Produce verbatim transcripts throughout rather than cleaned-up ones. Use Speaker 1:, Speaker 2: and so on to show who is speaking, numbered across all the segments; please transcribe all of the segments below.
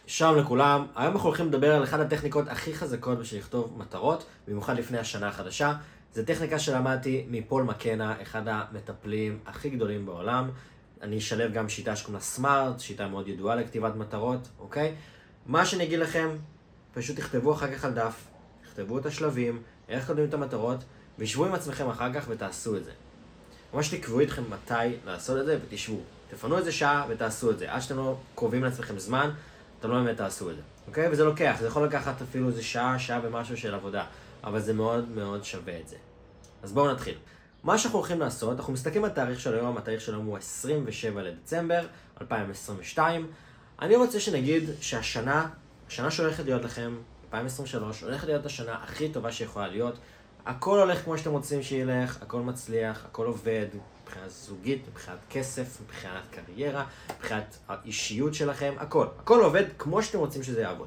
Speaker 1: שלום לכולם, היום אנחנו הולכים לדבר על אחת הטכניקות הכי חזקות בשביל לכתוב מטרות, במיוחד לפני השנה החדשה. זו טכניקה שלמדתי מפול מקנה, אחד המטפלים הכי גדולים בעולם. אני אשלב גם שיטה שקוראים לה סמארט, שיטה מאוד ידועה לכתיבת מטרות, אוקיי? מה שאני אגיד לכם, פשוט תכתבו אחר כך על דף, תכתבו את השלבים, איך כותבים את המטרות, וישבו עם עצמכם אחר כך ותעשו את זה. ממש תקבעו איתכם מתי לעשות את זה ותשבו. תפנו איזה שעה ותעשו את זה. עד שאתם לא קרובים לעצמכם זמן, אתם לא באמת תעשו את זה. אוקיי? וזה לוקח, זה יכול לקחת אפילו איזה שעה, שעה ומשהו של עבודה. אבל זה מאוד מאוד שווה את זה. אז בואו נתחיל. מה שאנחנו הולכים לעשות, אנחנו מסתכלים על התאריך של היום, התאריך של היום הוא עשרים ושבעה לדצמבר אלפיים עשרים ושתיים. אני רוצה שנגיד שהשנה, השנה שהולכת להיות לכם, אלפיים עשרים ושלוש, הולכת להיות השנה הכי טובה שיכולה להיות. הכל הולך כמו שאתם רוצים שילך, הכל מצליח, הכל עובד, מבחינת זוגית, מבחינת כסף, מבחינת קריירה, מבחינת האישיות שלכם, הכל. הכל עובד כמו שאתם רוצים שזה יעבוד.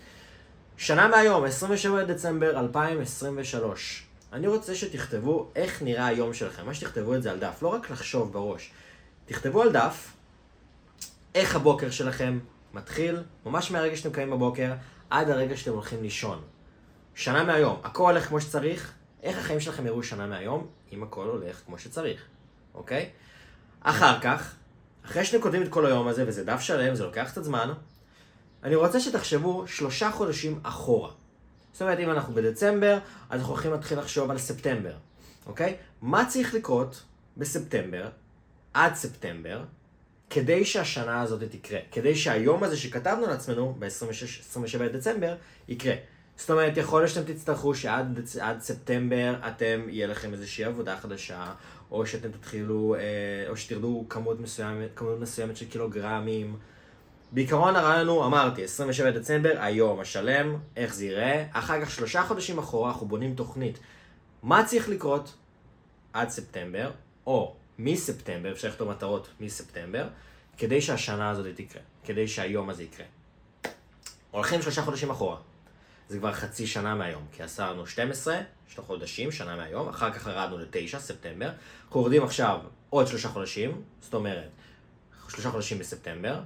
Speaker 1: שנה מהיום, עשרים ושבעה לדצמבר אלפיים עשרים ושלוש. אני רוצה שתכתבו איך נראה היום שלכם, מה שתכתבו את זה על דף, לא רק לחשוב בראש. תכתבו על דף איך הבוקר שלכם מתחיל, ממש מהרגע שאתם קמים בבוקר, עד הרגע שאתם הולכים לישון. שנה מהיום, הכל הולך כמו שצריך, איך החיים שלכם יראו שנה מהיום, אם הכל הולך כמו שצריך, אוקיי? אחר כך, אחרי שאתם כותבים את כל היום הזה, וזה דף שלם, זה לוקח קצת זמן, אני רוצה שתחשבו שלושה חודשים אחורה. זאת אומרת, אם אנחנו בדצמבר, אז אנחנו הולכים להתחיל לחשוב על ספטמבר, אוקיי? מה צריך לקרות בספטמבר, עד ספטמבר, כדי שהשנה הזאת תקרה? כדי שהיום הזה שכתבנו לעצמנו, ב-עשרים ושש עשרים ושבעה לדצמבר, יקרה. זאת אומרת, יכול להיות שאתם תצטרכו שעד עד ספטמבר אתם, יהיה לכם איזושהי עבודה חדשה, או שאתם תתחילו, או שתרדו כמות מסוימת, כמות מסוימת של קילוגרמים. בעיקרון הראה לנו, אמרתי, עשרים ושבעה דצמבר, היום השלם, איך זה ייראה. אחר כך שלושה חודשים אחורה אנחנו בונים תוכנית. מה צריך לקרות עד ספטמבר, או מספטמבר, אפשר לכתוב מטרות מספטמבר, כדי שהשנה הזאת תקרה, כדי שהיום הזה יקרה. הולכים שלושה חודשים אחורה. זה כבר חצי שנה מהיום, כי עשרנו שתים עשרה, שתי חודשים, שנה מהיום, אחר כך הרדנו לתשע, ספטמבר. אנחנו יורדים עכשיו עוד שלושה חודשים, זאת אומרת, שלושה חודשים בספטמבר,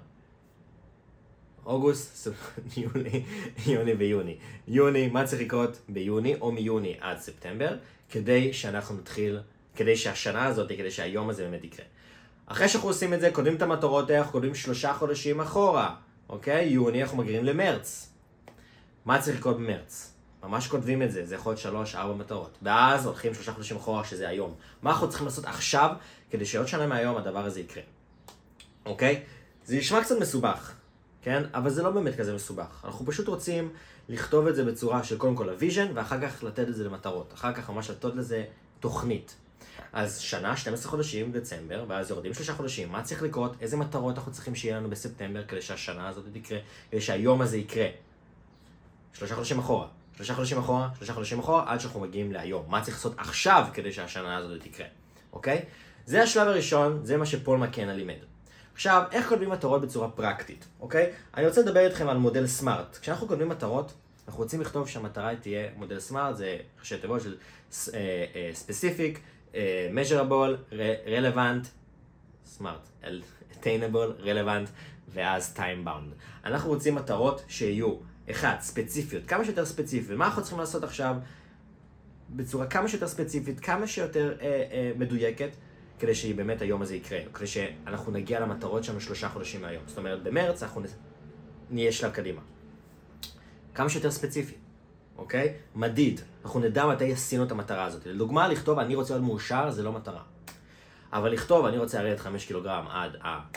Speaker 1: אוגוסט, יוני, יוני ויוני. יוני, מה צריך לקרות ביוני או מיוני עד ספטמבר, כדי שאנחנו נתחיל, כדי שהשנה הזאת, כדי שהיום הזה באמת יקרה. אחרי שאנחנו עושים את זה, קודמים את המטרות, אנחנו קודמים שלושה חודשים אחורה, אוקיי? יוני אנחנו מגיעים למרץ. מה צריך לקרות במרץ? ממש כותבים את זה, זה יכול להיות שלוש, ארבע מטרות. ואז הולכים שלושה חודשים אחורה, שזה היום. מה אנחנו צריכים לעשות עכשיו, כדי שעוד שנה מהיום הדבר הזה יקרה? אוקיי? זה נשמע קצת מסובך, כן? אבל זה לא באמת כזה מסובך. אנחנו פשוט רוצים לכתוב את זה בצורה של קודם כל הוויז'ן, ואחר כך לתת את זה למטרות. אחר כך ממש לתת לזה תוכנית. אז שנה, שנים עשר חודשים, דצמבר, ואז יורדים שלושה חודשים. מה צריך לקרות? איזה מטרות אנחנו צריכים שיהיה לנו בספטמבר, כדי שהשנה הזאת תקרה, כדי שהיום הזה יקרה? שלושה חודשים אחורה, שלושה חודשים אחורה, שלושה חודשים אחורה, עד שאנחנו מגיעים להיום. מה צריך לעשות עכשיו כדי שהשנה הזאת תקרה, אוקיי? זה השלב הראשון, זה מה שפול מקנה לימד. עכשיו, איך כותבים מטרות בצורה פרקטית, אוקיי? אני רוצה לדבר איתכם על מודל סמארט. כשאנחנו כותבים מטרות, אנחנו רוצים לכתוב שהמטרה תהיה מודל סמארט, זה ראשי תיבות של specific, measurable, relevant, smart, attainable, relevant, ואז time bound. אנחנו רוצים מטרות שיהיו אחד, ספציפיות, כמה שיותר ספציפיות. ומה אנחנו צריכים לעשות עכשיו? בצורה כמה שיותר ספציפית, כמה שיותר אה, אה, מדויקת, כדי שבאמת היום הזה יקרה, כדי שאנחנו נגיע למטרות שלנו שלושה חודשים מהיום. זאת אומרת, במרץ אנחנו נהיה שלב קדימה. כמה שיותר ספציפי, אוקיי? מדיד. אנחנו נדע מתי עשינו את המטרה הזאת. לדוגמה, לכתוב אני רוצה להיות מאושר, זה לא מטרה. אבל לכתוב אני רוצה לרדת חמישה קילוגרם עד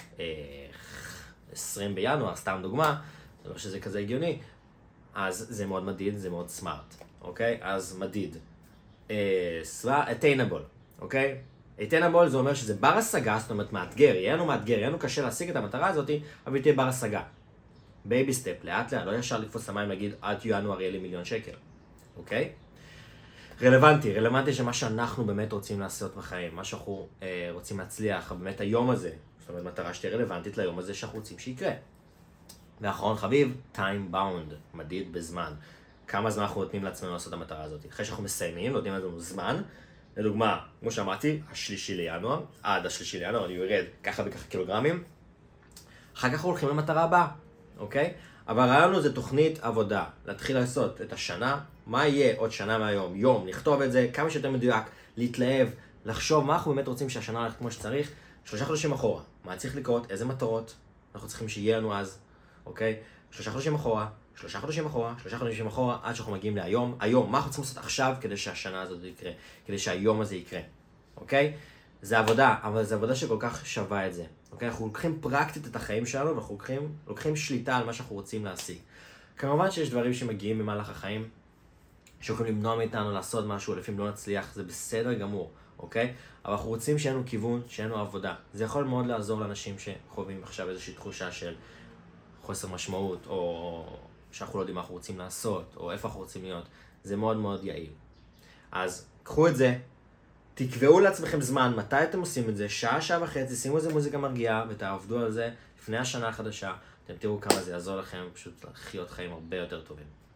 Speaker 1: ה-עשרים בינואר, סתם דוגמה, זה לא שזה כזה הגיוני, אז זה מאוד מדיד, זה מאוד סמארט, אוקיי? אז מדיד. attainable, אוקיי? attainable זה אומר שזה בר השגה, זאת אומרת מאתגר, יהיה לנו מאתגר, יהיה לנו קשה להשיג את המטרה הזאת, אבל תהיה בר השגה. בייבי סטפ, לאט לאט, לא ישר לתפוס למים להגיד עד ינואר יהיה לי מיליון שקל, אוקיי? רלוונטי, רלוונטי שמה שאנחנו באמת רוצים לעשות בחיים, מה שאנחנו אה, רוצים להצליח, באמת היום הזה, זאת אומרת מטרה שתהיה רלוונטית ליום הזה שאנחנו רוצים שיקרה. ואחרון חביב, time bound, מדיד בזמן. כמה זמן אנחנו נותנים לעצמנו לעשות את המטרה הזאת. אחרי שאנחנו מסיימים, נותנים לנו זמן. לדוגמה, כמו שאמרתי, השלישי לינואר, עד השלישי לינואר, אני יורד ככה וככה קילוגרמים. אחר כך אנחנו הולכים למטרה הבאה, אוקיי? אבל הרעיון הוא זה תוכנית עבודה, להתחיל לעשות את השנה, מה יהיה עוד שנה מהיום, יום, לכתוב את זה כמה שיותר מדויק, להתלהב, לחשוב מה אנחנו באמת רוצים שהשנה הולכת כמו שצריך, שלושה חודשים אחורה, מה צריך לקרות, איזה מטרות אנחנו צריכים שיהיה לנו אז, אוקיי? שלושה חודשים אחורה, שלושה חודשים אחורה, שלושה חודשים אחורה, עד שאנחנו מגיעים להיום, היום, מה אנחנו צריכים לעשות עכשיו כדי שהשנה הזאת יקרה, כדי שהיום הזה יקרה, אוקיי? זה עבודה, אבל זה עבודה שכל כך שווה את זה. אוקיי? אנחנו לוקחים פרקטית את החיים שלנו, ואנחנו לוקחים, לוקחים שליטה על מה שאנחנו רוצים להשיג. כמובן שיש דברים שמגיעים במהלך החיים, שיכולים למנוע מאיתנו לעשות משהו, לפעמים לא נצליח, זה בסדר גמור, אוקיי? אבל אנחנו רוצים שיהיה לנו כיוון, שיהיה לנו עבודה. זה יכול מאוד לעזור לאנשים שחווים עכשיו איזושהי תחושה של חוסר משמעות, או שאנחנו לא יודעים מה אנחנו רוצים לעשות, או איפה אנחנו רוצים להיות. זה מאוד מאוד יעיל. אז קחו את זה, תקבעו לעצמכם זמן, מתי אתם עושים את זה, שעה, שעה וחצי, שימו איזה מוזיקה מרגיעה ותעבדו על זה לפני השנה החדשה, אתם תראו כמה זה יעזור לכם פשוט לחיות חיים הרבה יותר טובים.